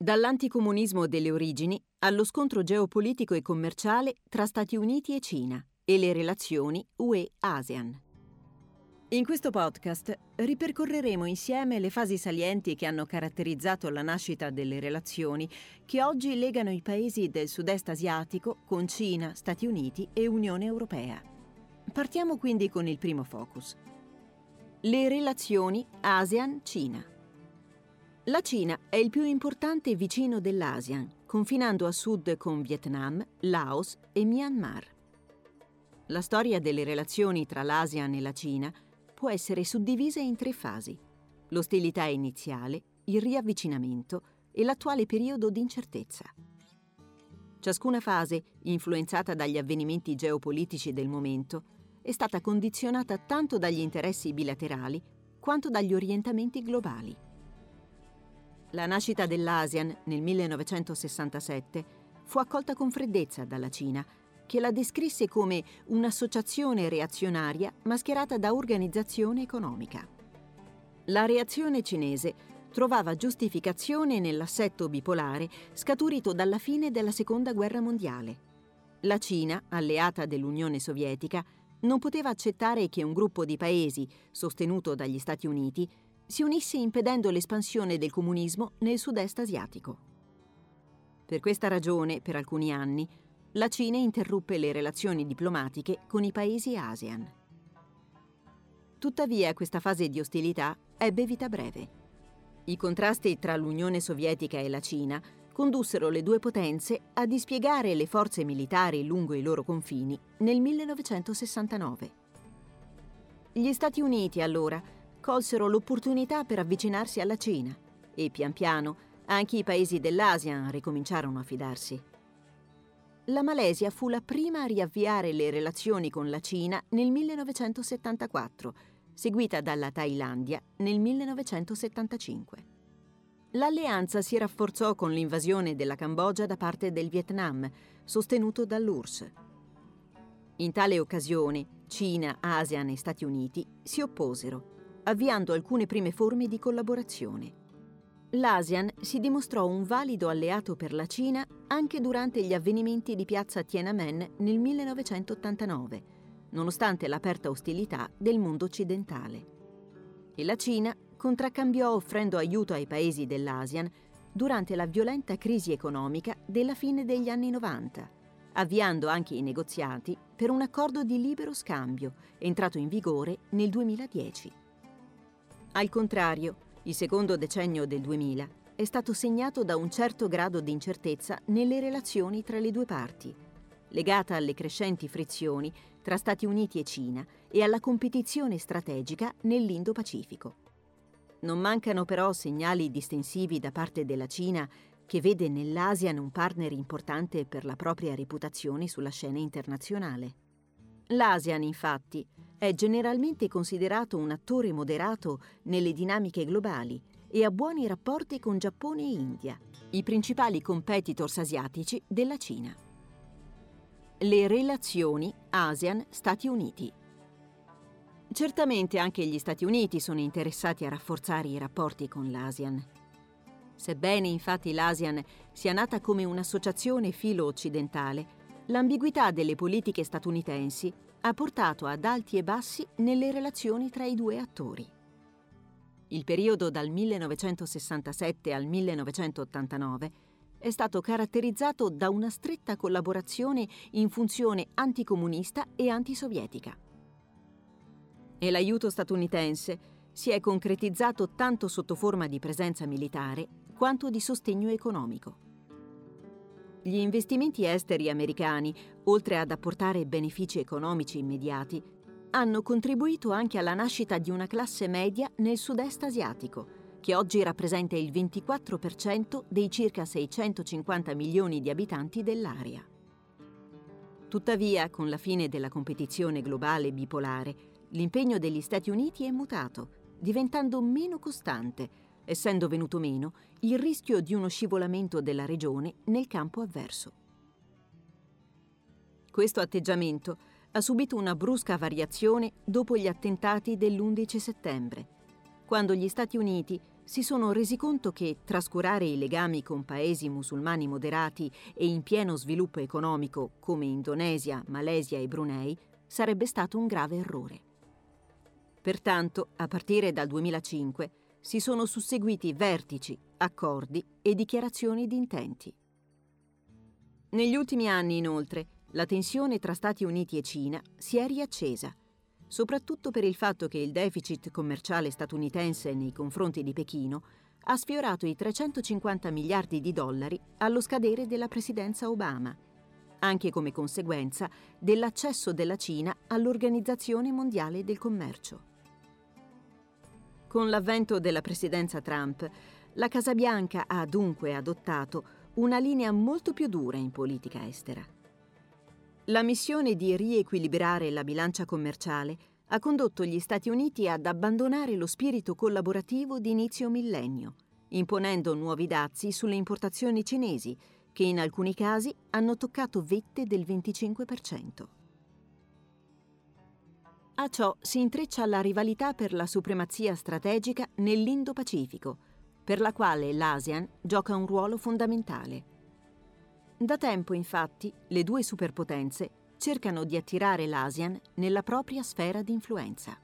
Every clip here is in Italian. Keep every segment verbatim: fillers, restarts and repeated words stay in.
Dall'anticomunismo delle origini allo scontro geopolitico e commerciale tra Stati Uniti e Cina e le relazioni U E-ASEAN. In questo podcast ripercorreremo insieme le fasi salienti che hanno caratterizzato la nascita delle relazioni che oggi legano i paesi del sud-est asiatico con Cina, Stati Uniti e Unione Europea. Partiamo quindi con il primo focus: le relazioni ASEAN-Cina. La Cina è il più importante vicino dell'ASEAN, confinando a sud con Vietnam, Laos e Myanmar. La storia delle relazioni tra l'ASEAN e la Cina può essere suddivisa in tre fasi: l'ostilità iniziale, il riavvicinamento e l'attuale periodo di incertezza. Ciascuna fase, influenzata dagli avvenimenti geopolitici del momento, è stata condizionata tanto dagli interessi bilaterali quanto dagli orientamenti globali. La nascita dell'ASEAN nel millenovecentosessantasette fu accolta con freddezza dalla Cina, che la descrisse come un'associazione reazionaria mascherata da organizzazione economica. La reazione cinese trovava giustificazione nell'assetto bipolare scaturito dalla fine della Seconda Guerra Mondiale. La Cina, alleata dell'Unione Sovietica, non poteva accettare che un gruppo di paesi, sostenuto dagli Stati Uniti, si unisse impedendo l'espansione del comunismo nel sud-est asiatico. Per questa ragione, per alcuni anni, la Cina interruppe le relazioni diplomatiche con i paesi ASEAN. Tuttavia, questa fase di ostilità ebbe vita breve. I contrasti tra l'Unione Sovietica e la Cina condussero le due potenze a dispiegare le forze militari lungo i loro confini nel millenovecentosessantanove. Gli Stati Uniti, allora, colsero l'opportunità per avvicinarsi alla Cina e pian piano anche i paesi dell'ASEAN ricominciarono a fidarsi. La Malesia fu la prima a riavviare le relazioni con la Cina nel millenovecentosettantaquattro, seguita dalla Thailandia nel millenovecentosettantacinque. L'alleanza si rafforzò con l'invasione della Cambogia da parte del Vietnam, sostenuto dall'U R S S. In tale occasione, Cina, ASEAN e Stati Uniti si opposero, avviando alcune prime forme di collaborazione. L'ASEAN si dimostrò un valido alleato per la Cina anche durante gli avvenimenti di piazza Tiananmen nel millenovecentottantanove, nonostante l'aperta ostilità del mondo occidentale. E la Cina contraccambiò offrendo aiuto ai paesi dell'ASEAN durante la violenta crisi economica della fine degli anni novanta, avviando anche i negoziati per un accordo di libero scambio entrato in vigore nel duemiladieci. Al contrario, il secondo decennio del duemila è stato segnato da un certo grado di incertezza nelle relazioni tra le due parti, legata alle crescenti frizioni tra Stati Uniti e Cina e alla competizione strategica nell'Indo-Pacifico. Non mancano però segnali distensivi da parte della Cina, che vede nell'ASEAN un partner importante per la propria reputazione sulla scena internazionale. L'ASEAN, infatti, è generalmente considerato un attore moderato nelle dinamiche globali e ha buoni rapporti con Giappone e India, i principali competitors asiatici della Cina. Le relazioni ASEAN-Stati Uniti. Certamente anche gli Stati Uniti sono interessati a rafforzare i rapporti con l'ASEAN. Sebbene infatti l'ASEAN sia nata come un'associazione filo-occidentale, l'ambiguità delle politiche statunitensi ha portato ad alti e bassi nelle relazioni tra i due attori. Il periodo dal millenovecentosessantasette al millenovecentottantanove è stato caratterizzato da una stretta collaborazione in funzione anticomunista e antisovietica. E l'aiuto statunitense si è concretizzato tanto sotto forma di presenza militare quanto di sostegno economico. Gli investimenti esteri americani, oltre ad apportare benefici economici immediati, hanno contribuito anche alla nascita di una classe media nel sud-est asiatico, che oggi rappresenta il ventiquattro per cento dei circa seicentocinquanta milioni di abitanti dell'area. Tuttavia, con la fine della competizione globale bipolare, l'impegno degli Stati Uniti è mutato, diventando meno costante, essendo venuto meno il rischio di uno scivolamento della regione nel campo avverso. Questo atteggiamento ha subito una brusca variazione dopo gli attentati dell'undici settembre, quando gli Stati Uniti si sono resi conto che trascurare i legami con paesi musulmani moderati e in pieno sviluppo economico come Indonesia, Malesia e Brunei sarebbe stato un grave errore. Pertanto, a partire dal duemilacinque, si sono susseguiti vertici, accordi e dichiarazioni di intenti. Negli ultimi anni, inoltre, la tensione tra Stati Uniti e Cina si è riaccesa, soprattutto per il fatto che il deficit commerciale statunitense nei confronti di Pechino ha sfiorato i trecentocinquanta miliardi di dollari allo scadere della presidenza Obama, anche come conseguenza dell'accesso della Cina all'Organizzazione Mondiale del Commercio. Con l'avvento della presidenza Trump, la Casa Bianca ha dunque adottato una linea molto più dura in politica estera. La missione di riequilibrare la bilancia commerciale ha condotto gli Stati Uniti ad abbandonare lo spirito collaborativo di inizio millennio, imponendo nuovi dazi sulle importazioni cinesi, che in alcuni casi hanno toccato vette del venticinque per cento. A ciò si intreccia la rivalità per la supremazia strategica nell'Indo-Pacifico, per la quale l'ASEAN gioca un ruolo fondamentale. Da tempo, infatti, le due superpotenze cercano di attirare l'ASEAN nella propria sfera di influenza.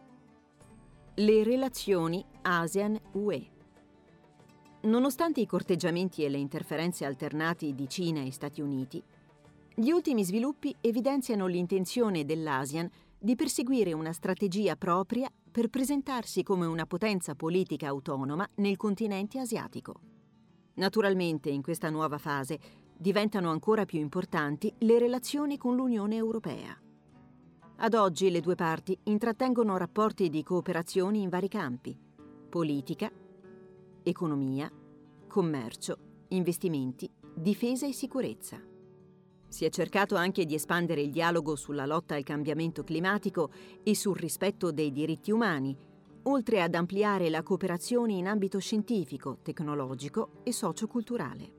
Le relazioni ASEAN-U E. Nonostante i corteggiamenti e le interferenze alternati di Cina e Stati Uniti, gli ultimi sviluppi evidenziano l'intenzione dell'ASEAN di perseguire una strategia propria per presentarsi come una potenza politica autonoma nel continente asiatico. Naturalmente, in questa nuova fase, diventano ancora più importanti le relazioni con l'Unione Europea. Ad oggi le due parti intrattengono rapporti di cooperazione in vari campi: politica, economia, commercio, investimenti, difesa e sicurezza. Si è cercato anche di espandere il dialogo sulla lotta al cambiamento climatico e sul rispetto dei diritti umani, oltre ad ampliare la cooperazione in ambito scientifico, tecnologico e socioculturale.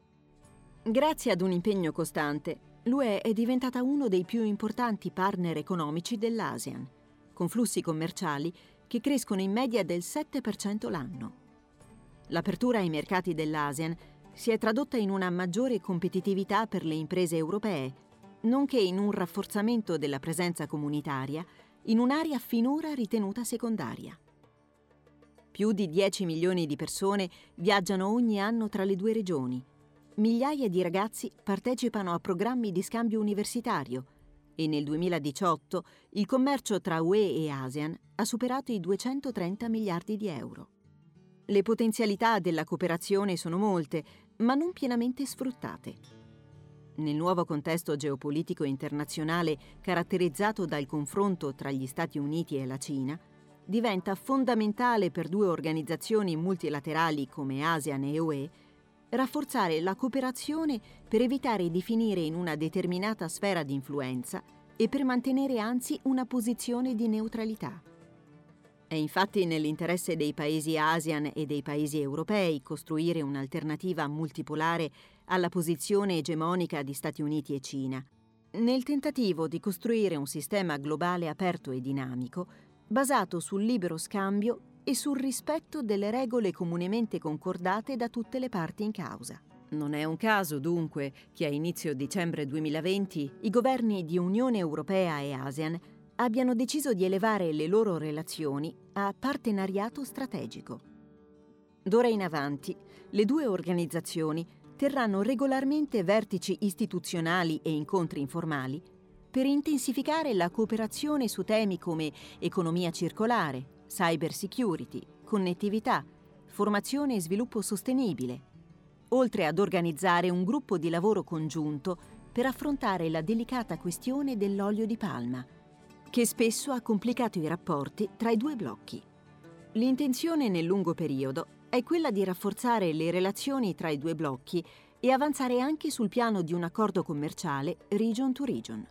Grazie ad un impegno costante, l'U E è diventata uno dei più importanti partner economici dell'ASEAN, con flussi commerciali che crescono in media del sette per cento l'anno. L'apertura ai mercati dell'ASEAN si è tradotta in una maggiore competitività per le imprese europee, nonché in un rafforzamento della presenza comunitaria in un'area finora ritenuta secondaria. Più di dieci milioni di persone viaggiano ogni anno tra le due regioni. Migliaia di ragazzi partecipano a programmi di scambio universitario e nel duemiladiciotto il commercio tra U E e ASEAN ha superato i duecentotrenta miliardi di euro. Le potenzialità della cooperazione sono molte, ma non pienamente sfruttate. Nel nuovo contesto geopolitico internazionale caratterizzato dal confronto tra gli Stati Uniti e la Cina, diventa fondamentale per due organizzazioni multilaterali come ASEAN e U E rafforzare la cooperazione per evitare di finire in una determinata sfera di influenza e per mantenere anzi una posizione di neutralità. È infatti nell'interesse dei paesi ASEAN e dei paesi europei costruire un'alternativa multipolare alla posizione egemonica di Stati Uniti e Cina, nel tentativo di costruire un sistema globale aperto e dinamico, basato sul libero scambio e sul rispetto delle regole comunemente concordate da tutte le parti in causa. Non è un caso, dunque, che a inizio dicembre duemilaventi i governi di Unione Europea e ASEAN abbiano deciso di elevare le loro relazioni a partenariato strategico. D'ora in avanti, le due organizzazioni terranno regolarmente vertici istituzionali e incontri informali per intensificare la cooperazione su temi come economia circolare, cyber security, connettività, formazione e sviluppo sostenibile, oltre ad organizzare un gruppo di lavoro congiunto per affrontare la delicata questione dell'olio di palma, che spesso ha complicato i rapporti tra i due blocchi. L'intenzione nel lungo periodo è quella di rafforzare le relazioni tra i due blocchi e avanzare anche sul piano di un accordo commerciale region to region.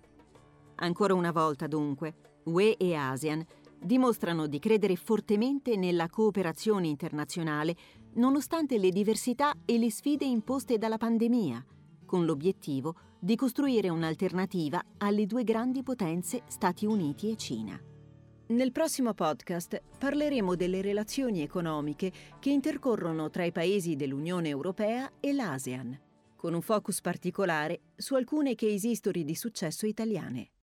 Ancora una volta, dunque, U E e ASEAN dimostrano di credere fortemente nella cooperazione internazionale nonostante le diversità e le sfide imposte dalla pandemia, con l'obiettivo di costruire un'alternativa alle due grandi potenze Stati Uniti e Cina. Nel prossimo podcast parleremo delle relazioni economiche che intercorrono tra i paesi dell'Unione Europea e l'ASEAN, con un focus particolare su alcune case history di successo italiane.